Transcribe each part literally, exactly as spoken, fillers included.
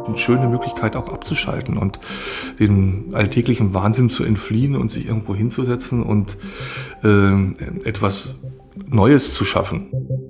Eine schöne Möglichkeit auch abzuschalten und den alltäglichen Wahnsinn zu entfliehen und sich irgendwo hinzusetzen und äh, etwas Neues zu schaffen.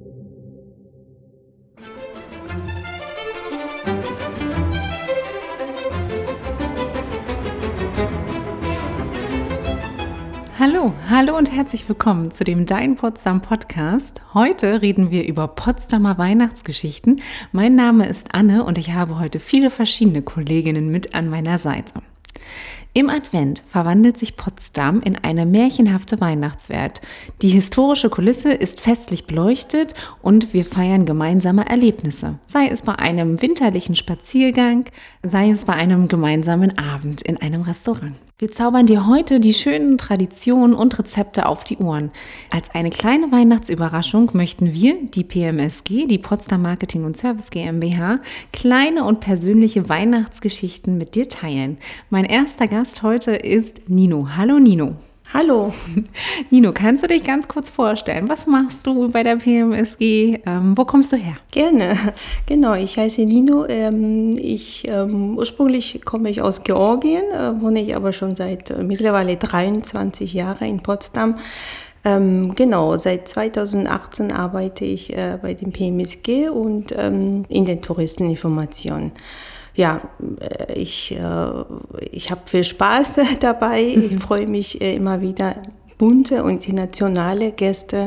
Hallo, hallo und herzlich willkommen zu dem Dein Potsdam Podcast. Heute reden wir über Potsdamer Weihnachtsgeschichten. Mein Name ist Anne und ich habe heute viele verschiedene Kolleginnen mit an meiner Seite. Im Advent verwandelt sich Potsdam in eine märchenhafte Weihnachtswelt. Die historische Kulisse ist festlich beleuchtet und wir feiern gemeinsame Erlebnisse. Sei es bei einem winterlichen Spaziergang, sei es bei einem gemeinsamen Abend in einem Restaurant. Wir zaubern dir heute die schönen Traditionen und Rezepte auf die Ohren. Als eine kleine Weihnachtsüberraschung möchten wir, die P M S G, die Potsdam Marketing und Service GmbH, kleine und persönliche Weihnachtsgeschichten mit dir teilen. Mein erster Gast heute ist Nino. Hallo Nino. Hallo. Nino, kannst du dich ganz kurz vorstellen? Was machst du bei der P M S G? Ähm, wo kommst du her? Gerne. Genau, ich heiße Nino. Ähm, ich, ähm, ursprünglich komme ich aus Georgien, äh, wohne ich aber schon seit äh, mittlerweile dreiundzwanzig Jahren in Potsdam. Ähm, genau, seit zweitausendachtzehn arbeite ich äh, bei dem P M S G und ähm, in den Touristeninformationen. Ja, ich, ich habe viel Spaß dabei. Ich freue mich immer wieder, bunte und internationale Gäste.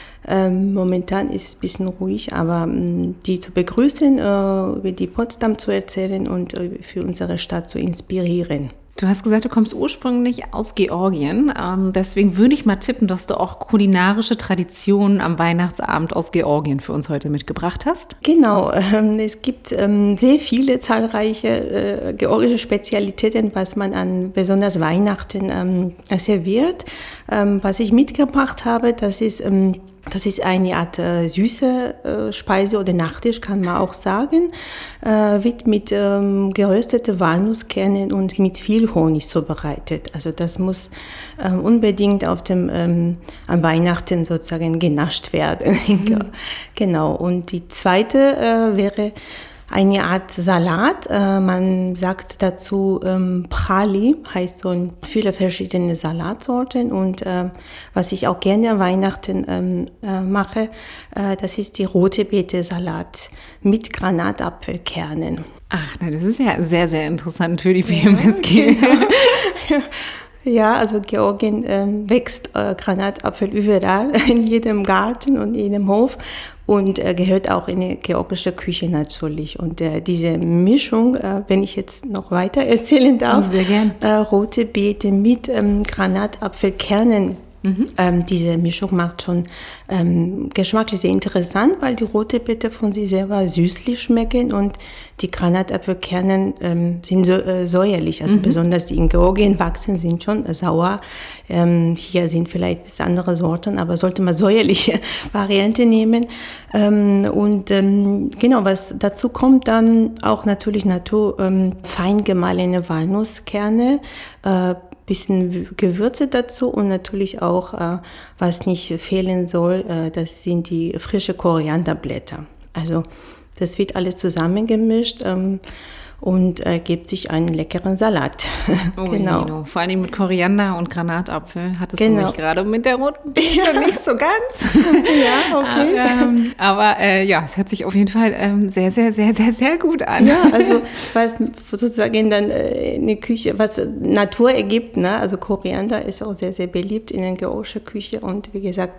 Momentan ist es ein bisschen ruhig, aber die zu begrüßen, über die Potsdam zu erzählen und für unsere Stadt zu inspirieren. Du hast gesagt, du kommst ursprünglich aus Georgien. Ähm, deswegen würde ich mal tippen, dass du auch kulinarische Traditionen am Weihnachtsabend aus Georgien für uns heute mitgebracht hast. Genau, ähm, es gibt ähm, sehr viele zahlreiche äh, georgische Spezialitäten, was man an besonders Weihnachten ähm, serviert. Ähm, was ich mitgebracht habe, das ist ähm, Das ist eine Art äh, süße äh, Speise oder Nachtisch, kann man auch sagen. Äh, wird mit ähm, gerösteten Walnusskernen und mit viel Honig zubereitet. Also das muss ähm, unbedingt auf dem ähm, an Weihnachten sozusagen genascht werden. Mhm. Genau. Und die zweite äh, wäre eine Art Salat, äh, man sagt dazu ähm, Prali, heißt so ein, viele verschiedene Salatsorten und äh, was ich auch gerne an Weihnachten ähm, äh, mache, äh, das ist die rote Beete-Salat mit Granatapfelkernen. Ach, na, das ist ja sehr, sehr interessant für die P M S G. Ja, genau. Ja, also Georgien ähm, wächst äh, Granatapfel überall, in jedem Garten und in jedem Hof und äh, gehört auch in die georgische Küche natürlich. Und äh, diese Mischung, äh, wenn ich jetzt noch weiter erzählen darf, sehr gern. Äh, rote Beete mit ähm, Granatapfelkernen. Mhm. Ähm, diese Mischung macht schon ähm, geschmacklich sehr interessant, weil die rote Beete von sich selber süßlich schmecken und die Granatapfelkerne ähm, sind so, äh, säuerlich, also mhm. besonders die in Georgien wachsen, sind schon äh, sauer. Ähm, hier sind vielleicht ein bisschen andere Sorten, aber sollte man säuerliche Variante nehmen. Ähm, und ähm, genau, was dazu kommt, dann auch natürlich natur ähm, fein gemahlene Walnusskerne, äh, bisschen Gewürze dazu und natürlich auch, äh, was nicht fehlen soll, äh, das sind die frische Korianderblätter. Also das wird alles zusammengemischt ähm, und ergibt sich einen leckeren Salat. Oh, genau. Nino. Vor allem mit Koriander und Granatapfel hattest genau. du mich gerade mit der roten Beete ja. nicht so ganz. Ja, okay. aber ähm, aber äh, ja, es hört sich auf jeden Fall ähm, sehr, sehr, sehr, sehr, sehr gut an. Ja, also was sozusagen dann äh, in der Küche, was Natur ergibt, ne? Also Koriander ist auch sehr, sehr beliebt in der georgischen Küche und wie gesagt,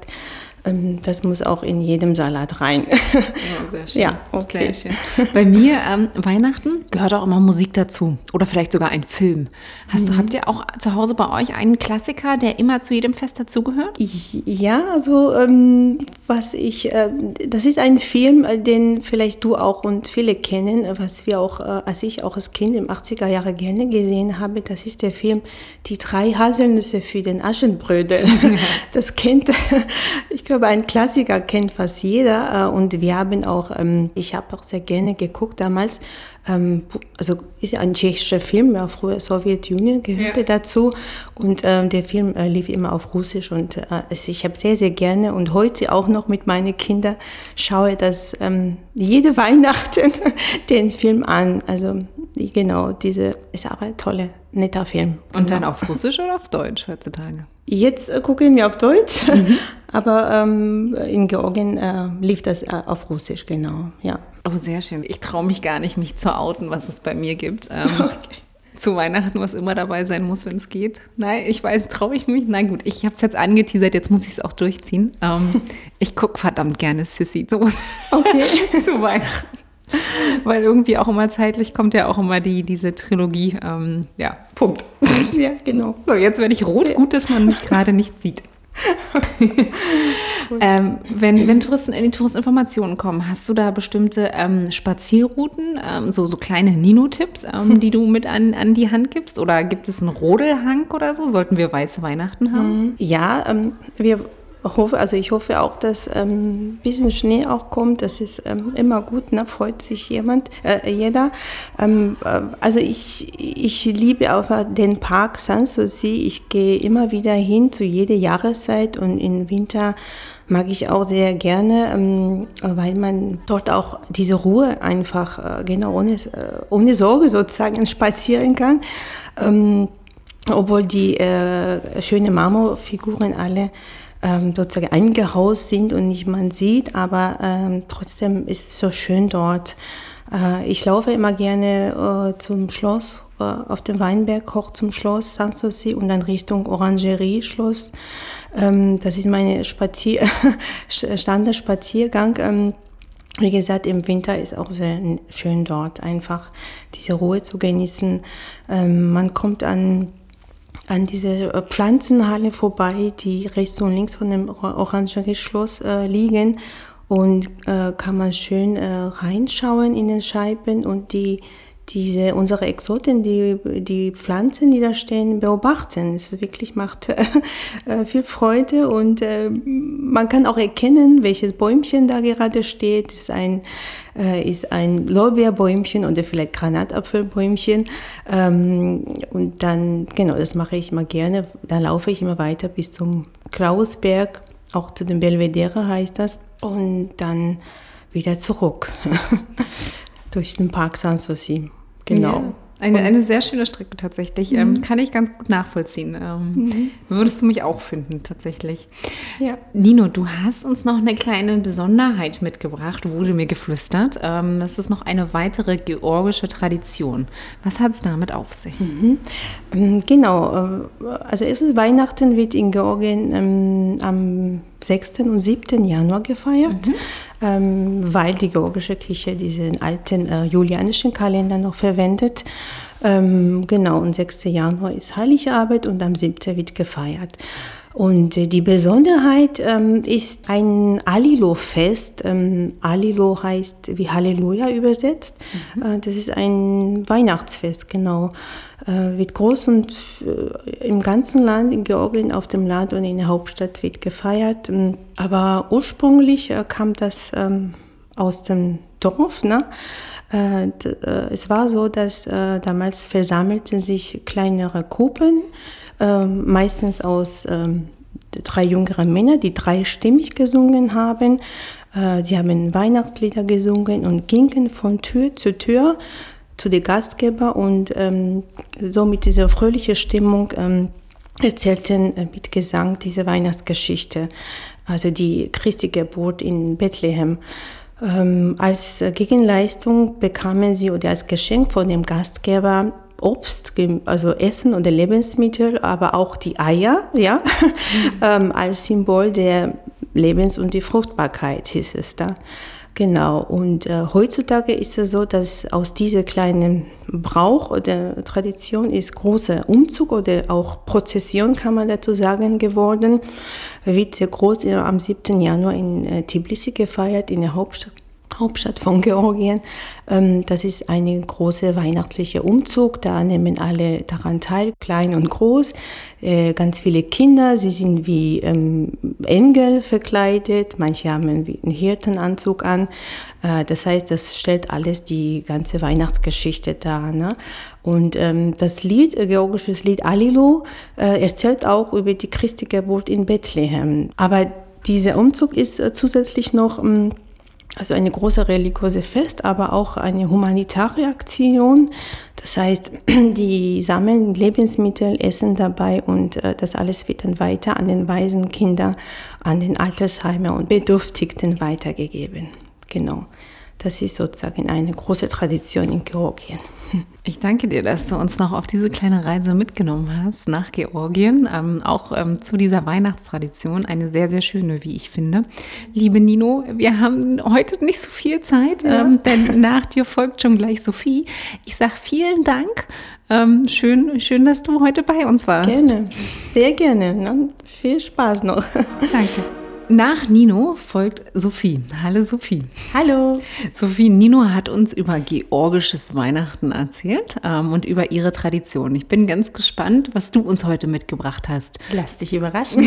das muss auch in jedem Salat rein. Ja, sehr schön. Ja, okay. Sehr schön. Bei mir, ähm, Weihnachten gehört auch immer Musik dazu. Oder vielleicht sogar ein Film. Hast du, mhm. habt ihr auch zu Hause bei euch einen Klassiker, der immer zu jedem Fest dazugehört? Ja, also ähm, was ich, äh, das ist ein Film, den vielleicht du auch und viele kennen, was wir auch, äh, als ich auch als Kind im achtziger Jahre gerne gesehen habe. Das ist der Film Die drei Haselnüsse für den Aschenbrödel. Das kennt, ich glaube, glaube, ein Klassiker kennt fast jeder. Und wir haben auch, ich habe auch sehr gerne geguckt damals, also ist ja ein tschechischer Film, ja, früher Sowjetunion gehörte ja. dazu. Und der Film lief immer auf Russisch. Und ich habe sehr, sehr gerne und heute auch noch mit meinen Kindern schaue das jede Weihnachten den Film an. Also genau, diese ist auch ein toller, netter Film. Und genau. dann auf Russisch oder auf Deutsch heutzutage? Jetzt äh, gucken wir auf Deutsch, mhm. aber ähm, in Georgien äh, lief das äh, auf Russisch, genau, ja. Oh, sehr schön. Ich traue mich gar nicht, mich zu outen, was es bei mir gibt. Ähm, okay. Zu Weihnachten, was immer dabei sein muss, wenn es geht. Nein, ich weiß, traue ich mich? Na gut, ich habe es jetzt angeteasert, jetzt muss ich es auch durchziehen. Ähm, ich gucke verdammt gerne Sissy so okay. zu Weihnachten. Weil irgendwie auch immer zeitlich kommt ja auch immer die, diese Trilogie. Ähm, ja, Punkt. Ja, genau. So, jetzt werde ich rot. Ja. Gut, dass man mich gerade nicht sieht. ähm, wenn, wenn Touristen in die Touristinformationen kommen, hast du da bestimmte ähm, Spazierrouten, ähm, so, so kleine Nino-Tipps, ähm, die du mit an, an die Hand gibst? Oder gibt es einen Rodelhang oder so? Sollten wir weiße Weihnachten haben? Ja, ähm, wir hoffe, also ich hoffe auch, dass ein ähm, bisschen Schnee auch kommt. Das ist ähm, immer gut, ne? Freut sich jemand, äh, jeder. Ähm, äh, also ich, ich liebe auch den Park Sanssouci. Ich gehe immer wieder hin zu jeder Jahreszeit und im Winter mag ich auch sehr gerne, ähm, weil man dort auch diese Ruhe einfach äh, genau ohne, äh, ohne Sorge sozusagen spazieren kann. Ähm, obwohl die äh, schönen Marmorfiguren alle Ähm, sozusagen eingehaust sind und nicht man sieht, aber ähm, trotzdem ist es so schön dort. Äh, ich laufe immer gerne äh, zum Schloss, äh, auf dem Weinberg hoch zum Schloss Sanssouci und dann Richtung Orangerie-Schloss. Ähm, das ist mein Spazier Standardspaziergang. Ähm, Wie gesagt, im Winter ist auch sehr schön dort, einfach diese Ruhe zu genießen. Ähm, man kommt an an diese Pflanzenhalle vorbei, die rechts und links von dem Orangerie-Schloss äh, liegen und äh, kann man schön äh, reinschauen in den Scheiben und die diese unsere Exoten, die die Pflanzen, die da stehen, beobachten. Es wirklich macht äh, viel Freude und äh, man kann auch erkennen, welches Bäumchen da gerade steht. Es ist ein äh, ist ein Lorbeerbäumchen oder vielleicht Granatapfelbäumchen. Ähm, und dann genau, das mache ich immer gerne. Dann laufe ich immer weiter bis zum Klausberg, auch zu dem Belvedere heißt das, und dann wieder zurück durch den Park Sanssouci. Genau. Ja, eine, eine sehr schöne Strecke tatsächlich. Mhm. Ähm, kann ich ganz gut nachvollziehen. Ähm, mhm. Würdest du mich auch finden, tatsächlich. Ja. Nino, du hast uns noch eine kleine Besonderheit mitgebracht, wurde mir geflüstert. Ähm, das ist noch eine weitere georgische Tradition. Was hat es damit auf sich? Mhm. Genau. Also erstes Weihnachten wird in Georgien ähm, am sechsten und siebten Januar gefeiert, mhm. ähm, weil die georgische Kirche diesen alten äh, julianischen Kalender noch verwendet. Ähm, genau, und sechsten Januar ist Heiligabend und am siebten wird gefeiert. Und äh, die Besonderheit ähm, ist ein Alilo-Fest. Ähm, Alilo heißt wie Halleluja übersetzt. Mhm. Äh, das ist ein Weihnachtsfest, genau. Äh, wird groß und äh, im ganzen Land, in Georgien, auf dem Land und in der Hauptstadt wird gefeiert. Aber ursprünglich äh, kam das ähm, aus dem Dorf, ne? Äh, d- äh, es war so, dass äh, damals versammelten sich kleinere Gruppen, äh, meistens aus ähm, drei jüngeren Männern, die dreistimmig gesungen haben. Äh, sie haben Weihnachtslieder gesungen und gingen von Tür zu Tür zu den Gastgeber und ähm, so mit dieser fröhlichen Stimmung ähm, erzählten äh, mit Gesang diese Weihnachtsgeschichte, also die Christi Geburt in Bethlehem. Ähm, als Gegenleistung bekamen sie oder als Geschenk von dem Gastgeber Obst, also Essen oder Lebensmittel, aber auch die Eier, ja, mhm. ähm, als Symbol der Lebens- und die Fruchtbarkeit hieß es da. Genau, und äh, heutzutage ist es so, dass aus dieser kleinen Brauch oder Tradition ist großer Umzug oder auch Prozession, kann man dazu sagen, geworden. Wird sehr groß am siebten Januar in äh, Tbilisi gefeiert, in der Hauptstadt, Hauptstadt von Georgien. Das ist ein großer weihnachtlicher Umzug, da nehmen alle daran teil, klein und groß, ganz viele Kinder, sie sind wie Engel verkleidet, manche haben einen Hirtenanzug an, das heißt, das stellt alles die ganze Weihnachtsgeschichte dar, ne? Und das Lied, georgisches Lied Alilu, erzählt auch über die Christi Geburt in Bethlehem, aber dieser Umzug ist zusätzlich noch also eine große religiöse Fest, aber auch eine humanitarische Aktion. Das heißt, die sammeln Lebensmittel, essen dabei und äh, das alles wird dann weiter an den Waisenkinder, an den Altersheimen und Bedürftigten weitergegeben. Genau. Das ist sozusagen eine große Tradition in Georgien. Ich danke dir, dass du uns noch auf diese kleine Reise mitgenommen hast nach Georgien, ähm, auch ähm, zu dieser Weihnachtstradition, eine sehr, sehr schöne, wie ich finde. Liebe Nino, wir haben heute nicht so viel Zeit, ja. ähm, denn nach dir folgt schon gleich Sophie. Ich sage vielen Dank, ähm, schön, schön, dass du heute bei uns warst. Gerne, sehr gerne, ne? Viel Spaß noch. Danke. Nach Nino folgt Sophie. Hallo Sophie. Hallo. Sophie, Nino hat uns über georgisches Weihnachten erzählt ähm, und über ihre Tradition. Ich bin ganz gespannt, was du uns heute mitgebracht hast. Lass dich überraschen.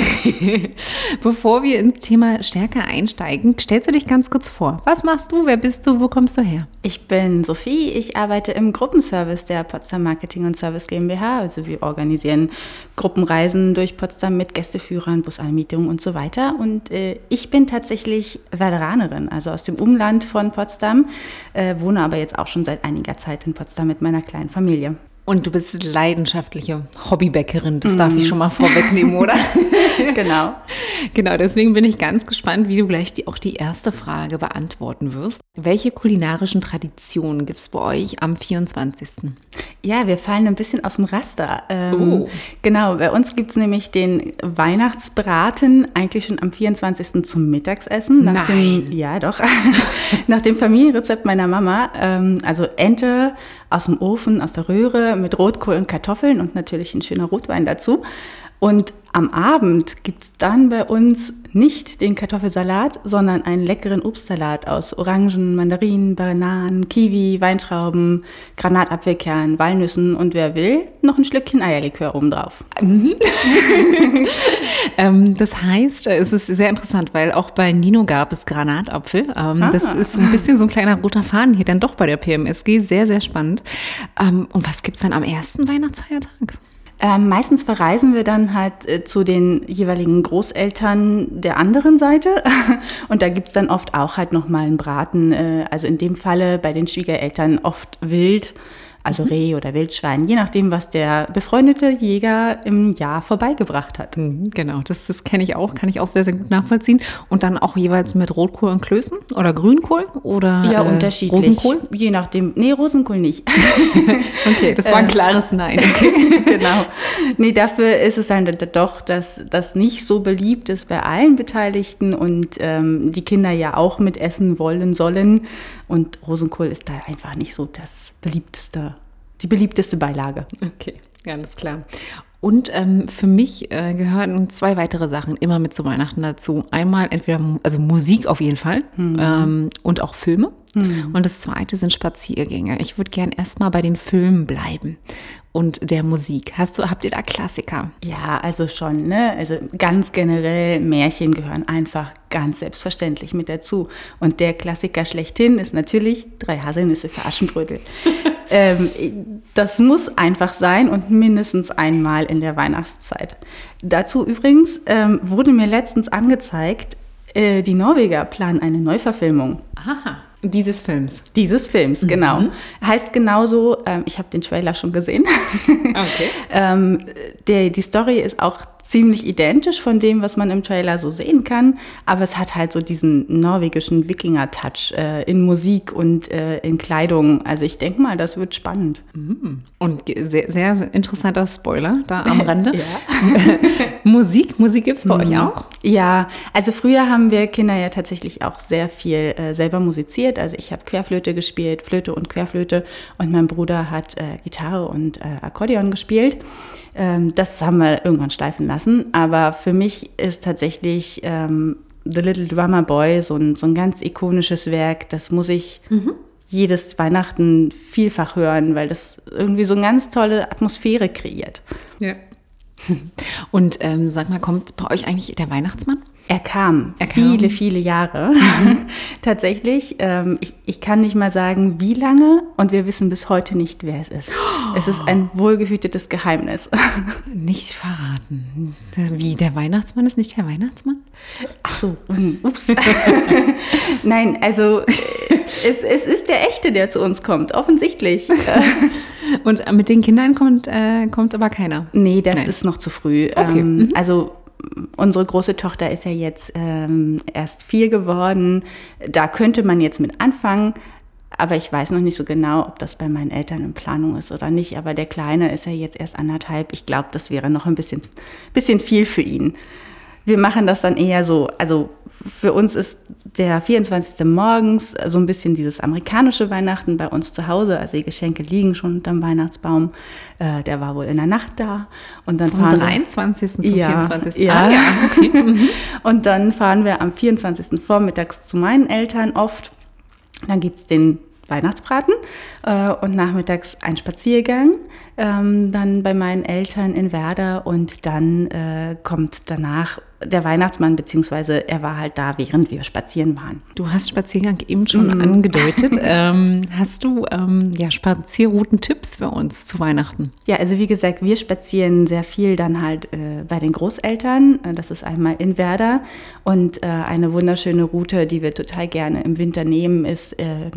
Bevor wir ins Thema stärker einsteigen, stellst du dich ganz kurz vor. Was machst du? Wer bist du? Wo kommst du her? Ich bin Sophie. Ich arbeite im Gruppenservice der Potsdam Marketing und Service GmbH. Also wir organisieren Gruppenreisen durch Potsdam mit Gästeführern, Busanmietungen und so weiter. Und ich bin tatsächlich Werderanerin, also aus dem Umland von Potsdam, äh, wohne aber jetzt auch schon seit einiger Zeit in Potsdam mit meiner kleinen Familie. Und du bist leidenschaftliche Hobbybäckerin, das mm. darf ich schon mal vorwegnehmen, oder? Genau. Genau, deswegen bin ich ganz gespannt, wie du gleich die, auch die erste Frage beantworten wirst. Welche kulinarischen Traditionen gibt es bei euch am vierundzwanzigsten? Ja, wir fallen ein bisschen aus dem Raster. Ähm, oh. Genau, bei uns gibt es nämlich den Weihnachtsbraten eigentlich schon am vierundzwanzigsten zum Mittagsessen. Nach Nein. Dem, ja, doch. Nach dem Familienrezept meiner Mama. Ähm, also Ente aus dem Ofen, aus der Röhre mit Rotkohl und Kartoffeln und natürlich ein schöner Rotwein dazu. Und am Abend gibt es dann bei uns nicht den Kartoffelsalat, sondern einen leckeren Obstsalat aus Orangen, Mandarinen, Bananen, Kiwi, Weintrauben, Granatapfelkernen, Walnüssen und wer will, noch ein Schlückchen Eierlikör obendrauf. Mhm. ähm, das heißt, es ist sehr interessant, weil auch bei Nino gab es Granatapfel. Ähm, ah. Das ist so ein bisschen so ein kleiner roter Faden hier dann doch bei der P M S G. Sehr, sehr spannend. Ähm, und was gibt es dann am ersten Weihnachtsfeiertag? Ähm, meistens verreisen wir dann halt äh, zu den jeweiligen Großeltern der anderen Seite und da gibt es dann oft auch halt nochmal einen Braten, äh, also in dem Falle bei den Schwiegereltern oft wild, also Reh oder Wildschwein, je nachdem, was der befreundete Jäger im Jahr vorbeigebracht hat. Mhm, genau, das, das kenne ich auch, kann ich auch sehr, sehr gut nachvollziehen. Und dann auch jeweils mit Rotkohl und Klößen oder Grünkohl oder ja, äh, unterschiedlich. Rosenkohl? Je nachdem, nee, Rosenkohl nicht. Okay, das war ein klares Nein. Okay. Genau. Nee, dafür ist es dann doch, dass das nicht so beliebt ist bei allen Beteiligten und ähm, die Kinder ja auch mitessen wollen sollen. Und Rosenkohl ist da einfach nicht so das beliebteste, die beliebteste Beilage. Okay, ganz klar. Und ähm, für mich äh, gehören zwei weitere Sachen immer mit zu Weihnachten dazu. Einmal entweder also Musik auf jeden Fall mhm. ähm, und auch Filme. Mhm. Und das zweite sind Spaziergänge. Ich würde gern erstmal bei den Filmen bleiben und der Musik. Hast du, habt ihr da Klassiker? Ja, also schon, ne? Also ganz generell, Märchen gehören einfach ganz selbstverständlich mit dazu. Und der Klassiker schlechthin ist natürlich Drei Haselnüsse für Aschenbrödel. ähm, das muss einfach sein und mindestens einmal in der Weihnachtszeit. Dazu übrigens ähm, wurde mir letztens angezeigt, äh, die Norweger planen eine Neuverfilmung. Aha. Dieses Films. Dieses Films, genau. Mhm. Heißt genauso, ähm, ich habe den Trailer schon gesehen. Okay. ähm, der, die Story ist auch ziemlich identisch von dem, was man im Trailer so sehen kann, aber es hat halt so diesen norwegischen Wikinger-Touch äh, in Musik und äh, in Kleidung. Also ich denke mal, das wird spannend. Mhm. Und sehr, sehr interessanter Spoiler da am Rande. Ja. Musik, Musik gibt es bei mhm. euch auch? Ja, also früher haben wir Kinder ja tatsächlich auch sehr viel äh, selber musiziert. Also ich habe Querflöte gespielt, Flöte und Querflöte und mein Bruder hat äh, Gitarre und äh, Akkordeon gespielt. Ähm, das haben wir irgendwann schleifen lassen. Aber für mich ist tatsächlich ähm, The Little Drummer Boy, so ein, so ein ganz ikonisches Werk. Das muss ich mhm. jedes Weihnachten vielfach hören, weil das irgendwie so eine ganz tolle Atmosphäre kreiert. Ja. Und ähm, sag mal, kommt bei euch eigentlich der Weihnachtsmann? Er kam, er kam viele, viele Jahre. Tatsächlich. Ähm, ich, ich kann nicht mal sagen, wie lange, und wir wissen bis heute nicht, wer es ist. Oh. Es ist ein wohlgehütetes Geheimnis. Nicht verraten. Wie, der Weihnachtsmann ist nicht der Weihnachtsmann? Ach so, ups. Nein, also es, es ist der Echte, der zu uns kommt, offensichtlich. Und mit den Kindern kommt, äh, kommt aber keiner? Nee, das Nein. ist noch zu früh. Okay. Ähm, mhm. Also unsere große Tochter ist ja jetzt ähm, erst vier geworden. Da könnte man jetzt mit anfangen, aber ich weiß noch nicht so genau, ob das bei meinen Eltern in Planung ist oder nicht. Aber der Kleine ist ja jetzt erst anderthalb. Ich glaube, das wäre noch ein bisschen, bisschen viel für ihn. Wir machen das dann eher so, also für uns ist der vierundzwanzigste morgens so ein bisschen dieses amerikanische Weihnachten bei uns zu Hause. Also die Geschenke liegen schon unterm Weihnachtsbaum. Äh, der war wohl in der Nacht da. Und dann Vom fahren dreiundzwanzigsten wir, zum ja, vierundzwanzigsten Ja, Ah, ja, okay. Mhm. Und dann fahren wir am vierundzwanzigsten vormittags zu meinen Eltern oft. Dann gibt es den Weihnachtsbraten äh, und nachmittags ein Spaziergang, ähm, dann bei meinen Eltern in Werder, und dann äh, kommt danach der Weihnachtsmann, beziehungsweise er war halt da, während wir spazieren waren. Du hast Spaziergang eben schon Mhm. angedeutet. ähm, hast du ähm, ja, Spazierrouten-Tipps für uns zu Weihnachten? Ja, also wie gesagt, wir spazieren sehr viel dann halt äh, bei den Großeltern. Das ist einmal in Werder, und äh, eine wunderschöne Route, die wir total gerne im Winter nehmen, ist äh,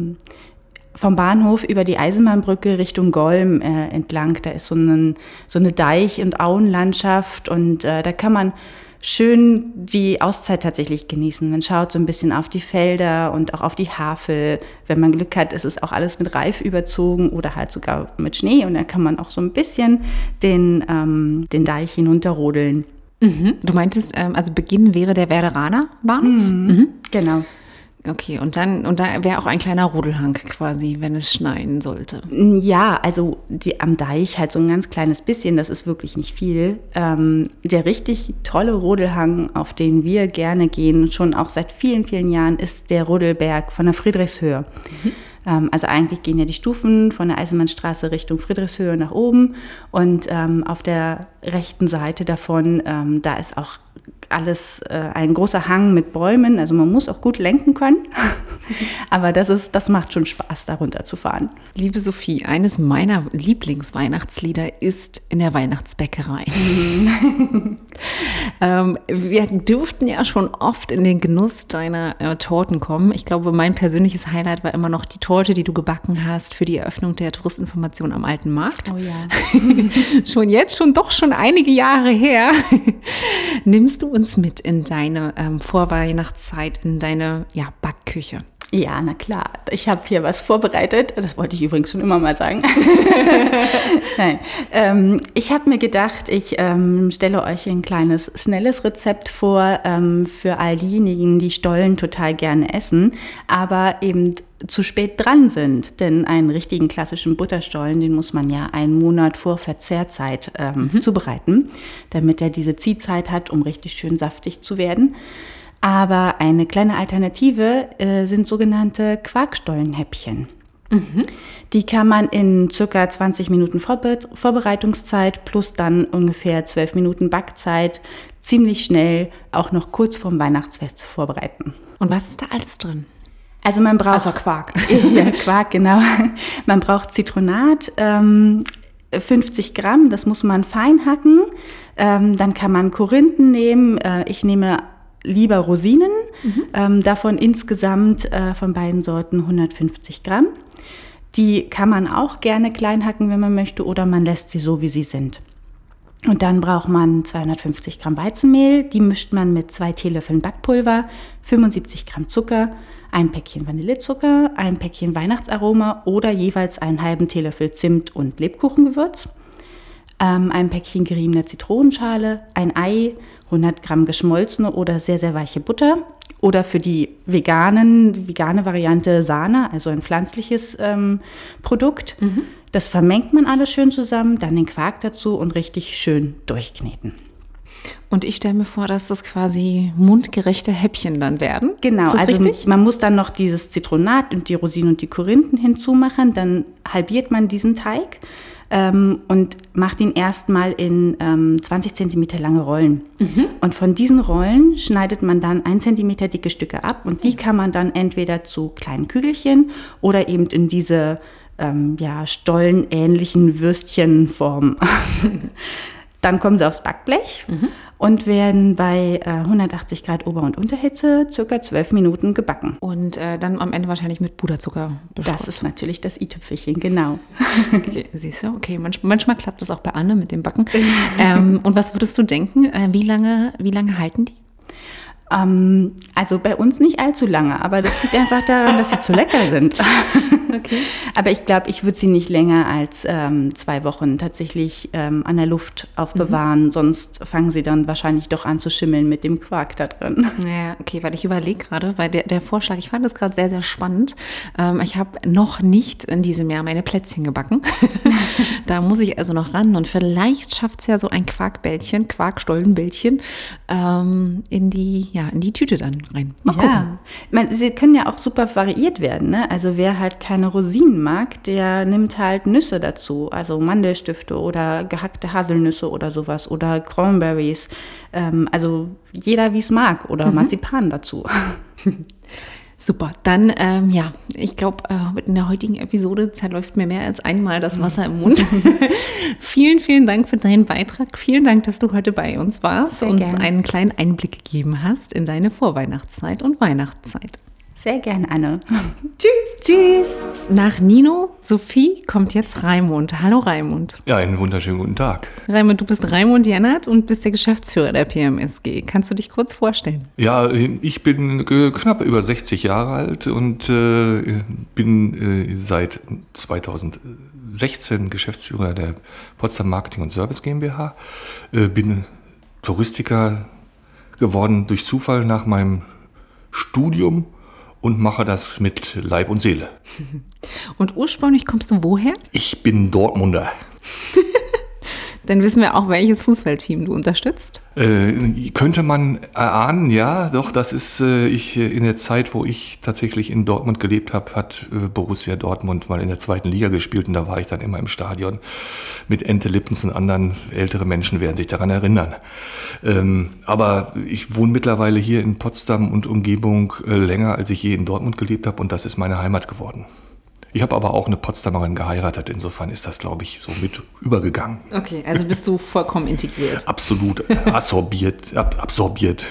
vom Bahnhof über die Eisenbahnbrücke Richtung Golm äh, entlang. Da ist so, ein, so eine Deich- und Auenlandschaft, und äh, da kann man schön die Auszeit tatsächlich genießen. Man schaut so ein bisschen auf die Felder und auch auf die Havel. Wenn man Glück hat, ist es auch alles mit Reif überzogen oder halt sogar mit Schnee, und dann kann man auch so ein bisschen den, ähm, den Deich hinunterrodeln. Mhm. Du meintest, ähm, also Beginn wäre der Werderaner Bahnhof? Mhm. Mhm. Genau. Okay, und dann, und da wäre auch ein kleiner Rodelhang quasi, wenn es schneien sollte. Ja, also die, am Deich halt so ein ganz kleines bisschen, das ist wirklich nicht viel. Ähm, der richtig tolle Rodelhang, auf den wir gerne gehen, schon auch seit vielen, vielen Jahren, ist der Rodelberg von der Friedrichshöhe. Mhm. Ähm, also eigentlich gehen ja die Stufen von der Eisenbahnstraße Richtung Friedrichshöhe nach oben, und ähm, auf der rechten Seite davon, ähm, da ist auch alles äh, ein großer Hang mit Bäumen, also man muss auch gut lenken können, aber das ist, das macht schon Spaß, da runterzufahren. Liebe Sophie, eines meiner Lieblingsweihnachtslieder ist In der Weihnachtsbäckerei. Mhm. ähm, wir durften ja schon oft in den Genuss deiner äh, Torten kommen. Ich glaube, mein persönliches Highlight war immer noch die Torte, die du gebacken hast für die Eröffnung der Touristinformation am Alten Markt. Oh ja. Schon jetzt, schon doch schon einige Jahre her. Nimmst du uns mit in deine ähm, Vorweihnachtszeit, in deine ja, Backküche? Ja, na klar. Ich habe hier was vorbereitet. Das wollte ich übrigens schon immer mal sagen. Nein. Ähm, ich habe mir gedacht, ich ähm, stelle euch ein kleines, schnelles Rezept vor ähm, für all diejenigen, die Stollen total gerne essen, aber eben zu spät dran sind. Denn einen richtigen klassischen Butterstollen, den muss man ja einen Monat vor Verzehrzeit ähm, mhm. zubereiten, damit er diese Ziehzeit hat, um richtig schön saftig zu werden. Aber eine kleine Alternative äh, sind sogenannte Quarkstollenhäppchen. Mhm. Die kann man in circa zwanzig Minuten Vorbe- Vorbereitungszeit plus dann ungefähr zwölf Minuten Backzeit ziemlich schnell auch noch kurz vorm Weihnachtsfest vorbereiten. Und was ist da alles drin? Also man braucht... Also Quark. Ja, Quark, genau. Man braucht Zitronat, ähm, fünfzig Gramm, das muss man fein hacken. Ähm, dann kann man Korinthen nehmen. Äh, ich nehme lieber Rosinen, mhm. ähm, davon insgesamt äh, von beiden Sorten hundertfünfzig Gramm. Die kann man auch gerne klein hacken, wenn man möchte, oder man lässt sie so, wie sie sind. Und dann braucht man zweihundertfünfzig Gramm Weizenmehl, die mischt man mit zwei Teelöffeln Backpulver, fünfundsiebzig Gramm Zucker, ein Päckchen Vanillezucker, ein Päckchen Weihnachtsaroma oder jeweils einen halben Teelöffel Zimt und Lebkuchengewürz, ähm, ein Päckchen geriebener Zitronenschale, ein Ei, hundert Gramm geschmolzene oder sehr, sehr weiche Butter oder für die veganen, die vegane Variante Sahne, also ein pflanzliches ähm, Produkt. Mhm. Das vermengt man alles schön zusammen, dann den Quark dazu und richtig schön durchkneten. Und ich stelle mir vor, dass das quasi mundgerechte Häppchen dann werden. Genau, ist das also richtig? Man muss dann noch dieses Zitronat und die Rosinen und die Korinthen hinzumachen, dann halbiert man diesen Teig ähm, und macht ihn erstmal in ähm, zwanzig Zentimeter lange Rollen. Mhm. Und von diesen Rollen schneidet man dann ein Zentimeter dicke Stücke ab und die kann man dann entweder zu kleinen Kügelchen oder eben in diese ähm, ja, stollenähnlichen Würstchenform. Dann kommen sie aufs Backblech mhm. und werden bei äh, hundertachtzig Grad Ober- und Unterhitze circa zwölf Minuten gebacken. Und äh, dann am Ende wahrscheinlich mit Puderzucker bestreut. Das ist natürlich das i-Tüpfelchen, genau. Okay, siehst du, okay, manch, manchmal klappt das auch bei Anne mit dem Backen. ähm, und was würdest du denken, äh, wie lange, wie lange halten die? Ähm, also bei uns nicht allzu lange, aber das liegt einfach daran, dass sie zu lecker sind. Okay. Aber ich glaube, ich würde sie nicht länger als ähm, zwei Wochen tatsächlich ähm, an der Luft aufbewahren, mhm. sonst fangen sie dann wahrscheinlich doch an zu schimmeln mit dem Quark da drin. Ja, okay, weil ich überlege gerade, weil der, der Vorschlag, ich fand das gerade sehr, sehr spannend. Ähm, ich habe noch nicht in diesem Jahr meine Plätzchen gebacken. Da muss ich also noch ran und vielleicht schafft es ja so ein Quarkbällchen, Quarkstollenbällchen ähm, in die, ja, in die Tüte dann rein. Mal gucken. Ja, man, sie können ja auch super variiert werden, ne? Also wer halt keine Rosinen mag, der nimmt halt Nüsse dazu, also Mandelstifte oder gehackte Haselnüsse oder sowas oder Cranberries. Ähm, also jeder wie es mag oder mhm. Marzipan dazu. Super, dann ähm, ja, ich glaube, äh, in der heutigen Episode zerläuft mir mehr als einmal das Wasser im Mund. Vielen, vielen Dank für deinen Beitrag. Vielen Dank, dass du heute bei uns warst und uns einen kleinen Einblick gegeben hast in deine Vorweihnachtszeit und Weihnachtszeit. Sehr gern, Anne. Tschüss. Tschüss. Nach Nino, Sophie kommt jetzt Raimund. Hallo Raimund. Ja, einen wunderschönen guten Tag. Raimund, du bist Raimund Jannert und bist der Geschäftsführer der P M S G. Kannst du dich kurz vorstellen? Ja, ich bin knapp über sechzig Jahre alt und äh, bin äh, seit zweitausendsechzehn Geschäftsführer der Potsdam Marketing und Service GmbH. Äh, bin Touristiker geworden durch Zufall nach meinem Studium und mache das mit Leib und Seele. Und ursprünglich kommst du woher? Ich bin Dortmunder. Dann wissen wir auch, welches Fußballteam du unterstützt. Äh, könnte man erahnen, ja, doch, das ist, äh, ich in der Zeit, wo ich tatsächlich in Dortmund gelebt habe, hat äh, Borussia Dortmund mal in der zweiten Liga gespielt und da war ich dann immer im Stadion mit Ente Lippens und anderen ältere Menschen werden sich daran erinnern. Ähm, aber ich wohne mittlerweile hier in Potsdam und Umgebung äh, länger, als ich je in Dortmund gelebt habe und das ist meine Heimat geworden. Ich habe aber auch eine Potsdamerin geheiratet, insofern ist das, glaube ich, so mit übergegangen. Okay, also bist du vollkommen integriert. Absolut, absorbiert, ab, absorbiert.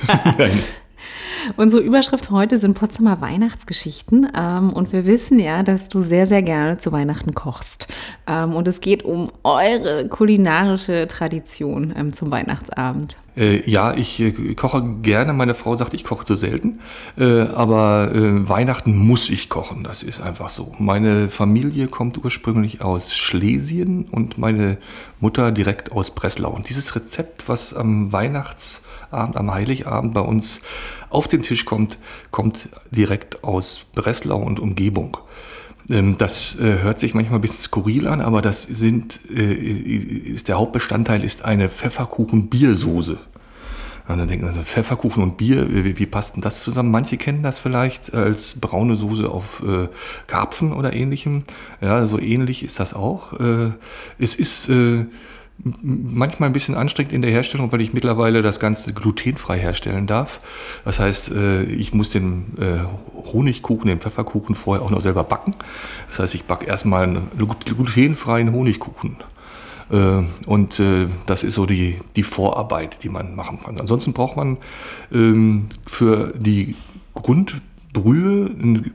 Unsere Überschrift heute sind Potsdamer Weihnachtsgeschichten ähm, und wir wissen ja, dass du sehr, sehr gerne zu Weihnachten kochst. Ähm, und es geht um eure kulinarische Tradition ähm, zum Weihnachtsabend. Äh, ja, ich äh, koche gerne. Meine Frau sagt, ich koche zu selten. Äh, aber äh, Weihnachten muss ich kochen. Das ist einfach so. Meine Familie kommt ursprünglich aus Schlesien und meine Mutter direkt aus Breslau. Und dieses Rezept, was am Weihnachtsabend, am Heiligabend bei uns auf den Tisch kommt, kommt direkt aus Breslau und Umgebung. Das äh, hört sich manchmal ein bisschen skurril an, aber das sind, äh, ist, der Hauptbestandteil ist eine Pfefferkuchen-Biersoße. Und dann denken also Pfefferkuchen und Bier, wie, wie passt denn das zusammen? Manche kennen das vielleicht als braune Soße auf äh, Karpfen oder ähnlichem. Ja, so ähnlich ist das auch. Äh, es ist äh, manchmal ein bisschen anstrengend in der Herstellung, weil ich mittlerweile das Ganze glutenfrei herstellen darf. Das heißt, ich muss den Honigkuchen, den Pfefferkuchen vorher auch noch selber backen. Das heißt, ich backe erstmal einen glutenfreien Honigkuchen. Und das ist so die, die Vorarbeit, die man machen kann. Ansonsten braucht man für die Grundbrühe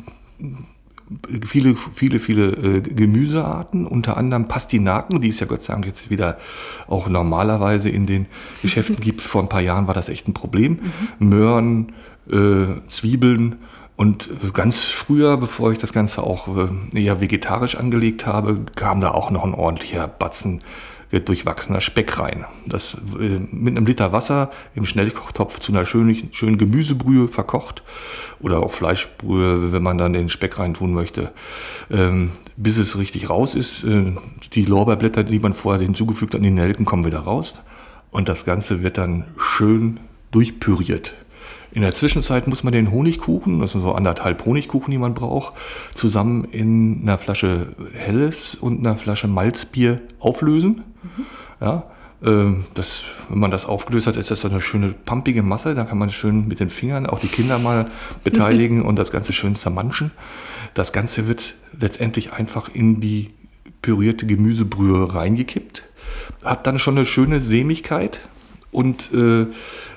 viele, viele, viele äh, Gemüsearten, unter anderem Pastinaken, die es ja Gott sei Dank jetzt wieder auch normalerweise in den Geschäften gibt. Vor ein paar Jahren war das echt ein Problem. Mhm. Möhren, äh, Zwiebeln und ganz früher, bevor ich das Ganze auch äh, eher vegetarisch angelegt habe, kam da auch noch ein ordentlicher Batzen durchwachsener Speck rein. Das äh, mit einem Liter Wasser im Schnellkochtopf zu einer schönen, schönen Gemüsebrühe verkocht oder auch Fleischbrühe, wenn man dann den Speck rein tun möchte, ähm, bis es richtig raus ist. Äh, die Lorbeerblätter, die man vorher hinzugefügt hat, in die Nelken, kommen wieder raus. und das Ganze wird dann schön durchpüriert. In der Zwischenzeit muss man den Honigkuchen, das sind so anderthalb Honigkuchen, die man braucht, zusammen in einer Flasche Helles und einer Flasche Malzbier auflösen. Mhm. Ja, äh, das, wenn man das aufgelöst hat, ist das so eine schöne pumpige Masse. Da kann man schön mit den Fingern auch die Kinder mal beteiligen und das Ganze schön zermanschen. Das Ganze wird letztendlich einfach in die pürierte Gemüsebrühe reingekippt, hat dann schon eine schöne Sämigkeit und äh,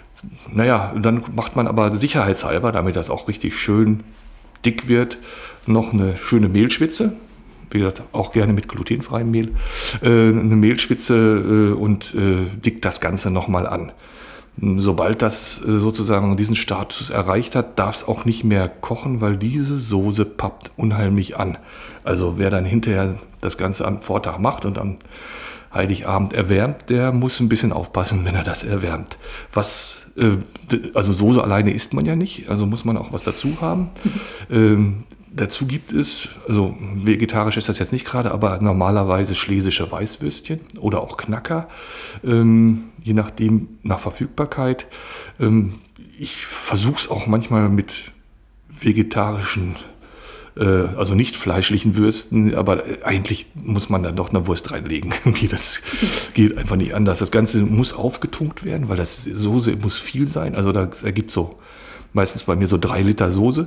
naja, dann macht man aber sicherheitshalber, damit das auch richtig schön dick wird, noch eine schöne Mehlschwitze. Wie gesagt, auch gerne mit glutenfreiem Mehl. Äh, eine Mehlschwitze äh, und äh, dickt das Ganze nochmal an. Sobald das äh, sozusagen diesen Status erreicht hat, darf es auch nicht mehr kochen, weil diese Soße pappt unheimlich an. Also wer dann hinterher das Ganze am Vortag macht und am Heiligabend erwärmt, der muss ein bisschen aufpassen, wenn er das erwärmt. Was, äh, also Soße alleine isst man ja nicht, also muss man auch was dazu haben. ähm, dazu gibt es, also vegetarisch ist das jetzt nicht gerade, aber normalerweise schlesische Weißwürstchen oder auch Knacker, ähm, je nachdem nach Verfügbarkeit. Ähm, ich versuche es auch manchmal mit vegetarischen, also nicht fleischlichen Würsten, aber eigentlich muss man dann doch eine Wurst reinlegen. Das geht einfach nicht anders. Das Ganze muss aufgetunkt werden, weil das Soße muss viel sein. Also das ergibt so meistens bei mir so drei Liter Soße.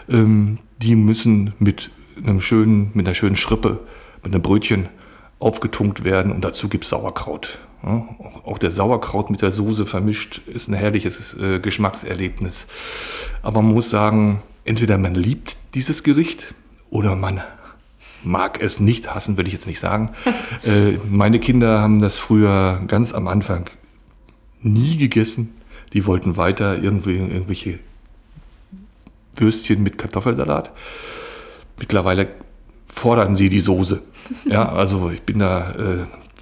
Die müssen mit einem schönen, mit einer schönen Schrippe, mit einem Brötchen aufgetunkt werden und dazu gibt es Sauerkraut. Ja, auch der Sauerkraut mit der Soße vermischt ist ein herrliches äh, Geschmackserlebnis. Aber man muss sagen, entweder man liebt dieses Gericht oder man mag es nicht, hassen will ich jetzt nicht sagen. äh, meine Kinder haben das früher ganz am Anfang nie gegessen. Die wollten weiter irgendwie irgendwelche Würstchen mit Kartoffelsalat. Mittlerweile fordern sie die Soße. Ja, also ich bin da äh,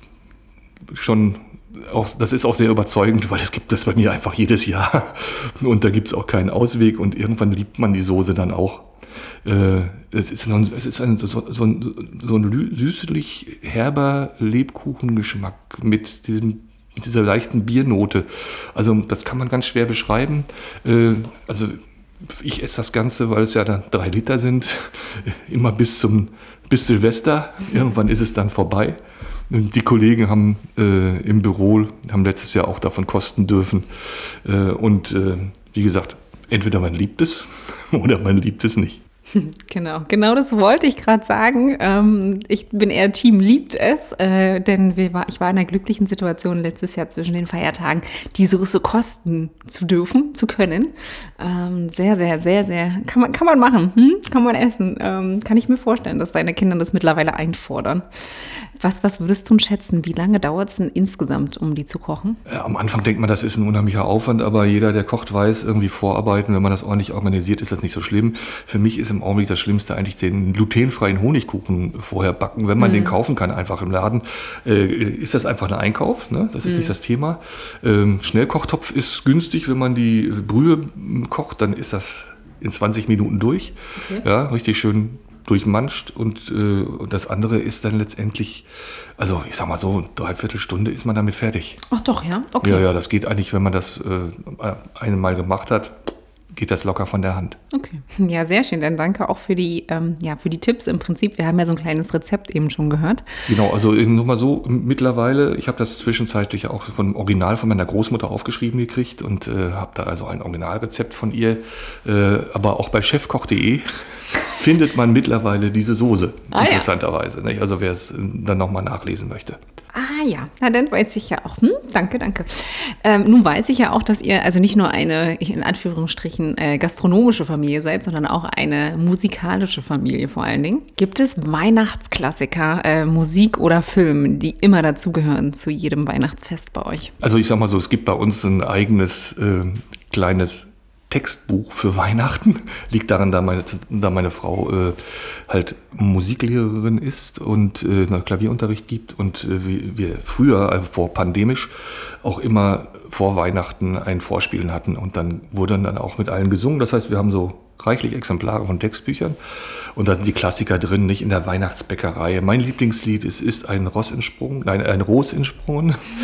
schon auch, das ist auch sehr überzeugend, weil es gibt das bei mir einfach jedes Jahr und da gibt es auch keinen Ausweg und irgendwann liebt man die Soße dann auch. Äh, es ist, ein, es ist ein, so, so ein, so ein süßlich herber Lebkuchengeschmack mit diesem mit dieser leichten Biernote. Also das kann man ganz schwer beschreiben. Äh, also ich esse das Ganze, weil es ja dann drei Liter sind, immer bis zum bis Silvester. Irgendwann ist es dann vorbei. Die Kollegen haben äh, im Büro, haben letztes Jahr auch davon kosten dürfen. Äh, und äh, wie gesagt, entweder man liebt es oder man liebt es nicht. Genau, genau das wollte ich gerade sagen. Ähm, ich bin eher Team liebt es, äh, denn wir war, ich war in einer glücklichen Situation letztes Jahr zwischen den Feiertagen, die Soße kosten zu dürfen, zu können. Ähm, sehr, sehr, sehr, sehr, kann man, kann man machen, hm? Kann man essen. Ähm, kann ich mir vorstellen, dass deine Kinder das mittlerweile einfordern. Was, was würdest du schätzen, wie lange dauert es denn insgesamt, um die zu kochen? Ja, am Anfang denkt man, das ist ein unheimlicher Aufwand, aber jeder, der kocht, weiß, irgendwie vorarbeiten, wenn man das ordentlich organisiert, ist das nicht so schlimm. Für mich ist im Augenblick das Schlimmste eigentlich den glutenfreien Honigkuchen vorher backen. Wenn man mm. den kaufen kann, einfach im Laden, äh, ist das einfach ein Einkauf, ne? Das ist mm. nicht das Thema. Ähm, Schnellkochtopf ist günstig, wenn man die Brühe kocht, dann ist das in zwanzig Minuten durch. Okay. Ja, richtig schön durchmanscht und, äh, und das andere ist dann letztendlich, also ich sag mal so, dreiviertel Stunde ist man damit fertig. Ach doch, ja? Okay. Ja, ja, das geht eigentlich, wenn man das äh, einmal gemacht hat, geht das locker von der Hand. Okay, ja, sehr schön. Dann danke auch für die, ähm, ja, für die Tipps im Prinzip. Wir haben ja so ein kleines Rezept eben schon gehört. Genau, also nur mal so, mittlerweile, ich habe das zwischenzeitlich auch vom Original von meiner Großmutter aufgeschrieben gekriegt und äh, habe da also ein Originalrezept von ihr, äh, aber auch bei chefkoch punkt de findet man mittlerweile diese Soße, ah, interessanterweise. Ja. Also wer es dann nochmal nachlesen möchte. Ah ja, na dann weiß ich ja auch. Hm, danke, danke. Ähm, nun weiß ich ja auch, dass ihr also nicht nur eine, in Anführungsstrichen, äh, gastronomische Familie seid, sondern auch eine musikalische Familie vor allen Dingen. Gibt es Weihnachtsklassiker, äh, Musik oder Film, die immer dazugehören zu jedem Weihnachtsfest bei euch? Also ich sag mal so, es gibt bei uns ein eigenes äh, kleines Textbuch für Weihnachten. Liegt daran, da meine, da meine Frau äh, halt Musiklehrerin ist und äh, Klavierunterricht gibt und äh, wir früher, äh, vor pandemisch, auch immer vor Weihnachten ein Vorspielen hatten und dann wurde dann auch mit allen gesungen. Das heißt, wir haben so reichlich Exemplare von Textbüchern und da sind die Klassiker drin, nicht in der Weihnachtsbäckerei. Mein Lieblingslied ist, ist ein Ross entsprungen, nein, ein Ros entsprungen.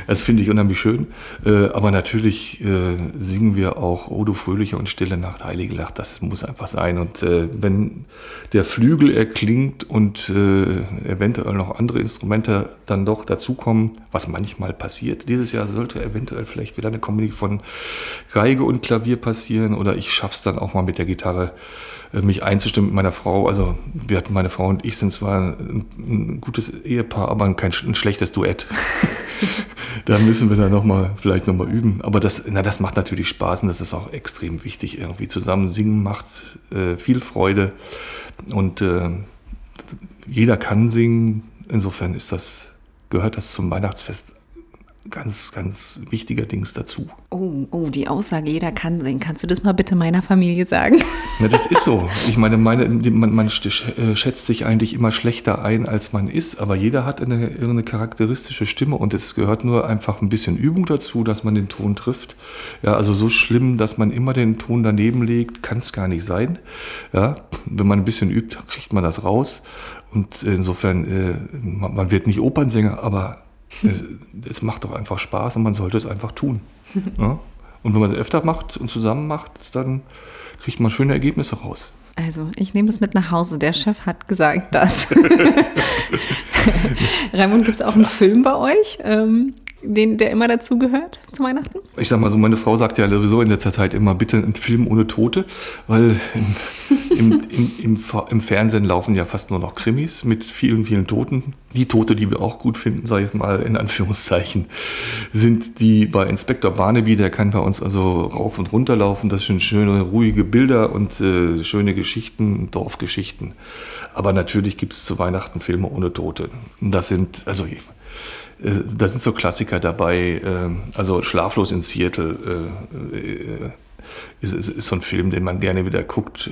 Das finde ich unheimlich schön. Äh, aber natürlich äh, singen wir auch O du fröhliche und stille Nacht, heilige Nacht. Das muss einfach sein. Und äh, wenn der Flügel erklingt und äh, eventuell noch andere Instrumente dann doch dazukommen, was manchmal passiert. Dieses Jahr sollte eventuell vielleicht wieder eine Kombi von Geige und Klavier passieren oder ich schaffe es dann auch mal mit der Gitarre, mich einzustimmen mit meiner Frau. Also wir hatten, meine Frau und ich sind zwar ein, ein gutes Ehepaar, aber kein ein schlechtes Duett. Da müssen wir dann noch mal, vielleicht noch mal üben. Aber das, na, das macht natürlich Spaß und das ist auch extrem wichtig. Irgendwie zusammen singen macht äh, viel Freude und äh, jeder kann singen. Insofern ist das, gehört das zum Weihnachtsfest ganz, ganz wichtiger Dings dazu. Oh, oh, die Aussage, jeder kann singen. Kannst du das mal bitte meiner Familie sagen? Ja, das ist so. Ich meine, meine man, man schätzt sich eigentlich immer schlechter ein, als man ist, aber jeder hat eine, eine charakteristische Stimme und es gehört nur einfach ein bisschen Übung dazu, dass man den Ton trifft. Ja, also so schlimm, dass man immer den Ton daneben legt, kann es gar nicht sein. Ja, wenn man ein bisschen übt, kriegt man das raus und insofern, äh, man, man wird nicht Opernsänger, aber es macht doch einfach Spaß und man sollte es einfach tun. Ja? Und wenn man es öfter macht und zusammen macht, dann kriegt man schöne Ergebnisse raus. Also, ich nehme es mit nach Hause. Der Chef hat gesagt, das. Raimund, gibt es auch einen Film bei euch, ähm, den, der immer dazu gehört zu Weihnachten? Ich sag mal so, meine Frau sagt ja sowieso in letzter Zeit immer, bitte einen Film ohne Tote, weil im, im, im, im, im Fernsehen laufen ja fast nur noch Krimis mit vielen, vielen Toten. Die Tote, die wir auch gut finden, sage ich mal in Anführungszeichen, sind die bei Inspektor Barnaby, der kann bei uns also rauf und runter laufen. Das sind schöne, ruhige Bilder und äh, schöne Geschichten, Dorfgeschichten. Aber natürlich gibt es zu Weihnachten Filme ohne Tote. Und das sind, also da sind so Klassiker dabei, also Schlaflos in Seattle ist, ist, ist so ein Film, den man gerne wieder guckt.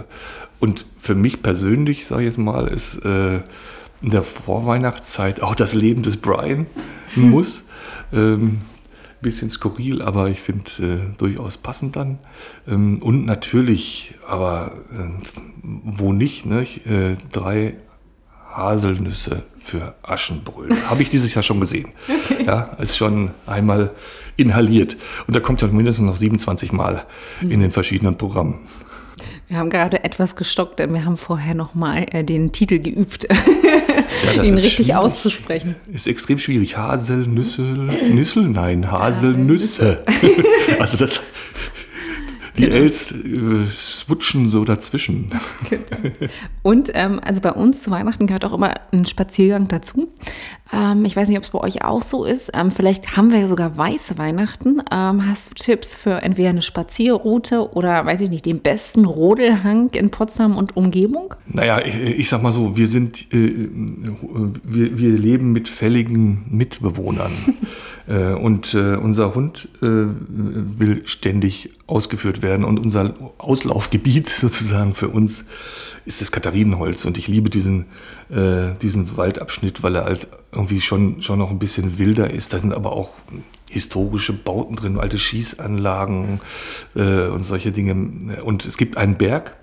Und für mich persönlich, sage ich jetzt mal, ist in der Vorweihnachtszeit auch das Leben des Brian muss. Ähm, bisschen skurril, aber ich finde äh, durchaus passend dann. Ähm, und natürlich, aber äh, wo nicht, ne? Ich, äh, drei Haselnüsse für Aschenbrödel. Habe ich dieses Jahr schon gesehen. Okay. Ja, ist schon einmal inhaliert. Und da kommt ja mindestens noch siebenundzwanzig Mal mhm. in den verschiedenen Programmen. Wir haben gerade etwas gestockt, denn wir haben vorher noch mal äh, den Titel geübt, ja, ihn richtig schwierig. auszusprechen. Ist extrem schwierig. Haselnüsse, Nüssel? Nein, Haselnüsse. Also das... Die genau. Els äh, switchen so dazwischen. Genau. Und ähm, also bei uns zu Weihnachten gehört auch immer ein Spaziergang dazu. Ähm, ich weiß nicht, ob es bei euch auch so ist. Ähm, vielleicht haben wir ja sogar weiße Weihnachten. Ähm, hast du Tipps für entweder eine Spazierroute oder, weiß ich nicht, den besten Rodelhang in Potsdam und Umgebung? Naja, ich, ich sag mal so, wir sind, äh, wir, wir leben mit fälligen Mitbewohnern. äh, und äh, unser Hund äh, will ständig ausgeführt werden und unser Auslaufgebiet sozusagen für uns ist das Katharinenholz und ich liebe diesen, äh, diesen Waldabschnitt, weil er halt irgendwie schon, schon noch ein bisschen wilder ist. Da sind aber auch historische Bauten drin, alte Schießanlagen äh, und solche Dinge. Und es gibt einen Berg,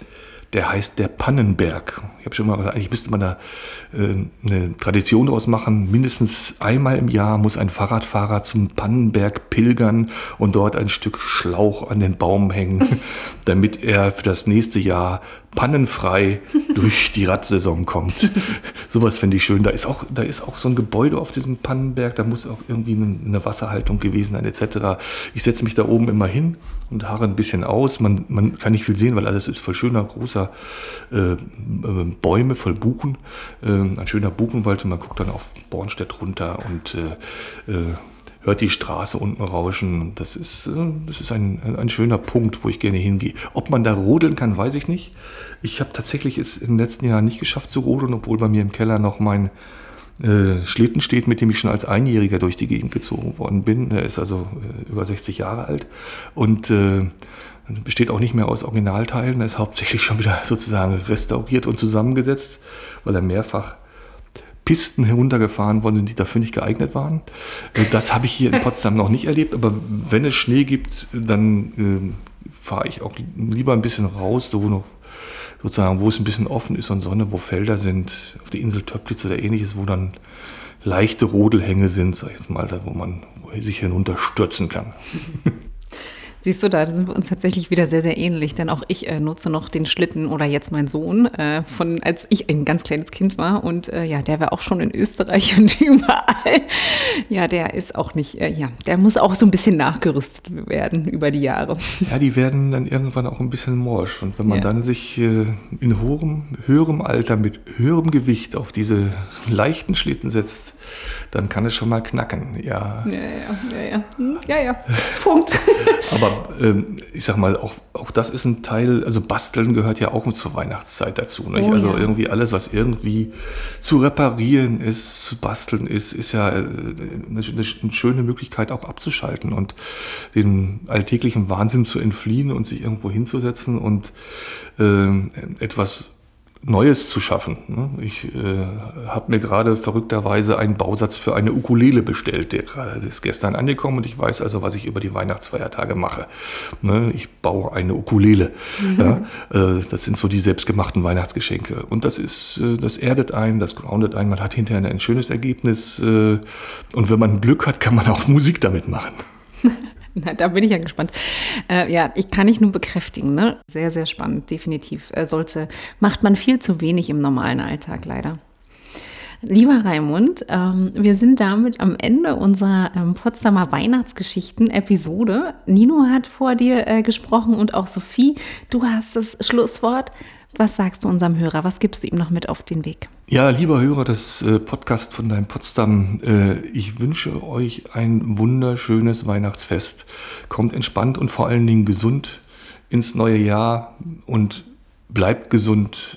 der heißt der Pannenberg. Ich habe schon mal gesagt, eigentlich müsste man da äh, eine Tradition draus machen. Mindestens einmal im Jahr muss ein Fahrradfahrer zum Pannenberg pilgern und dort ein Stück Schlauch an den Baum hängen, damit er für das nächste Jahr pannenfrei durch die Radsaison kommt. Sowas finde ich schön. Da ist auch, da ist auch so ein Gebäude auf diesem Pannenberg, da muss auch irgendwie eine, eine Wasserhaltung gewesen sein et cetera. Ich setze mich da oben immer hin und harre ein bisschen aus. Man, man kann nicht viel sehen, weil alles ist voll schöner, großer äh, Bäume, voll Buchen. Äh, ein schöner Buchenwald und man guckt dann auf Bornstedt runter und äh, äh, hört die Straße unten rauschen. Das ist, das ist ein, ein schöner Punkt, wo ich gerne hingehe. Ob man da rodeln kann, weiß ich nicht. Ich habe tatsächlich es in den letzten Jahren nicht geschafft zu rodeln, obwohl bei mir im Keller noch mein äh, Schlitten steht, mit dem ich schon als Einjähriger durch die Gegend gezogen worden bin. Er ist also äh, über sechzig Jahre alt und äh, besteht auch nicht mehr aus Originalteilen. Er ist hauptsächlich schon wieder sozusagen restauriert und zusammengesetzt, weil er mehrfach Pisten heruntergefahren worden sind, die dafür nicht geeignet waren. Das habe ich hier in Potsdam noch nicht erlebt, aber wenn es Schnee gibt, dann äh, fahre ich auch lieber ein bisschen raus, so wo noch sozusagen, wo es ein bisschen offen ist und Sonne, wo Felder sind, auf der Insel Töplitz oder ähnliches, wo dann leichte Rodelhänge sind, sag ich jetzt mal, da wo man sich hinunterstürzen kann. Siehst du, da sind wir uns tatsächlich wieder sehr, sehr ähnlich, denn auch ich äh, nutze noch den Schlitten oder jetzt mein Sohn, äh, von als ich ein ganz kleines Kind war und äh, ja, der war auch schon in Österreich und überall. Ja, der ist auch nicht, äh, ja, der muss auch so ein bisschen nachgerüstet werden über die Jahre. Ja, die werden dann irgendwann auch ein bisschen morsch und wenn man Ja. dann sich äh, in hohem, höherem Alter mit höherem Gewicht auf diese leichten Schlitten setzt, dann kann es schon mal knacken, ja. Ja, ja, ja, ja, hm, ja, ja, Punkt. Aber ähm, ich sag mal, auch, auch das ist ein Teil, also Basteln gehört ja auch zur Weihnachtszeit dazu. Nicht? Oh, also ja. irgendwie alles, was irgendwie zu reparieren ist, zu basteln ist, ist ja äh, eine, eine schöne Möglichkeit auch abzuschalten und den alltäglichen Wahnsinn zu entfliehen und sich irgendwo hinzusetzen und äh, etwas Neues zu schaffen. ne? Ich äh, habe mir gerade verrückterweise einen Bausatz für eine Ukulele bestellt, der gerade ist gestern angekommen und ich weiß also, was ich über die Weihnachtsfeiertage mache. Ne? Ich baue eine Ukulele. Ja? Äh, das sind so die selbstgemachten Weihnachtsgeschenke. Und das ist, äh, das erdet einen, das groundet einen, man hat hinterher ein schönes Ergebnis äh, und wenn man Glück hat, kann man auch Musik damit machen. Na, da bin ich ja gespannt. Äh, ja, ich kann nicht nur bekräftigen, ne? Sehr, sehr spannend, definitiv. Äh, sollte, macht man viel zu wenig im normalen Alltag, leider. Lieber Raimund, ähm, wir sind damit am Ende unserer ähm, Potsdamer Weihnachtsgeschichten-Episode. Nino hat vor dir äh, gesprochen und auch Sophie, du hast das Schlusswort. Was sagst du unserem Hörer? Was gibst du ihm noch mit auf den Weg? Ja, lieber Hörer des äh, Podcast von Dein Potsdam, äh, ich wünsche euch ein wunderschönes Weihnachtsfest. Kommt entspannt und vor allen Dingen gesund ins neue Jahr und bleibt gesund.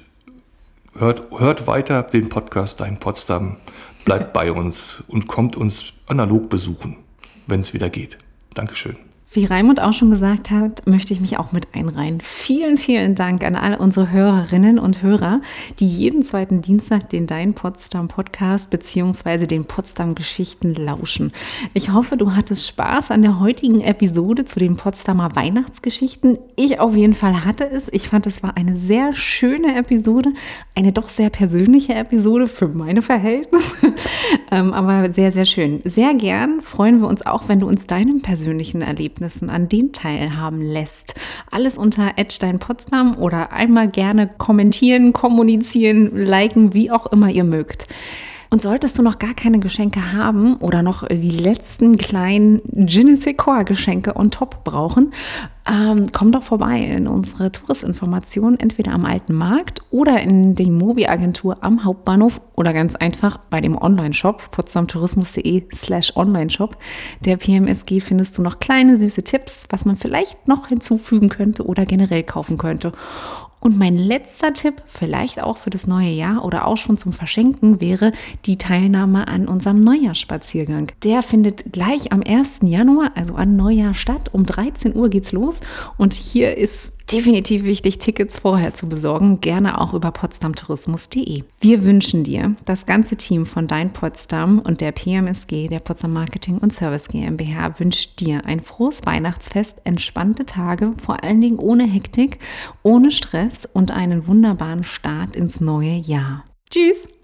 Hört, hört weiter den Podcast Dein Potsdam, bleibt bei uns und kommt uns analog besuchen, wenn es wieder geht. Dankeschön. Wie Raimund auch schon gesagt hat, möchte ich mich auch mit einreihen. Vielen, vielen Dank an alle unsere Hörerinnen und Hörer, die jeden zweiten Dienstag den Dein Potsdam Podcast bzw. den Potsdam Geschichten lauschen. Ich hoffe, du hattest Spaß an der heutigen Episode zu den Potsdamer Weihnachtsgeschichten. Ich auf jeden Fall hatte es. Ich fand, es war eine sehr schöne Episode, eine doch sehr persönliche Episode für meine Verhältnisse, ähm, aber sehr, sehr schön. Sehr gern freuen wir uns auch, wenn du uns deinem persönlichen Erlebnis an den teilhaben lässt. Alles unter Edstein Potsdam oder einmal gerne kommentieren, kommunizieren, liken, wie auch immer ihr mögt. Und solltest du noch gar keine Geschenke haben oder noch die letzten kleinen Je ne sais quoi Geschenke on top brauchen, ähm, komm doch vorbei in unsere Touristinformationen, entweder am Alten Markt oder in die Mobi-Agentur am Hauptbahnhof oder ganz einfach bei dem Online-Shop potsdamtourismus.de slash Online-Shop. Der P M S G findest du noch kleine süße Tipps, was man vielleicht noch hinzufügen könnte oder generell kaufen könnte. Und mein letzter Tipp, vielleicht auch für das neue Jahr oder auch schon zum Verschenken, wäre die Teilnahme an unserem Neujahrsspaziergang. Der findet gleich am ersten Januar, also an Neujahr statt. Um dreizehn Uhr geht's los und hier ist definitiv wichtig, Tickets vorher zu besorgen, gerne auch über potsdamtourismus punkt de. Wir wünschen dir, das ganze Team von Dein Potsdam und der P M S G, der Potsdam Marketing und Service GmbH, wünscht dir ein frohes Weihnachtsfest, entspannte Tage, vor allen Dingen ohne Hektik, ohne Stress und einen wunderbaren Start ins neue Jahr. Tschüss!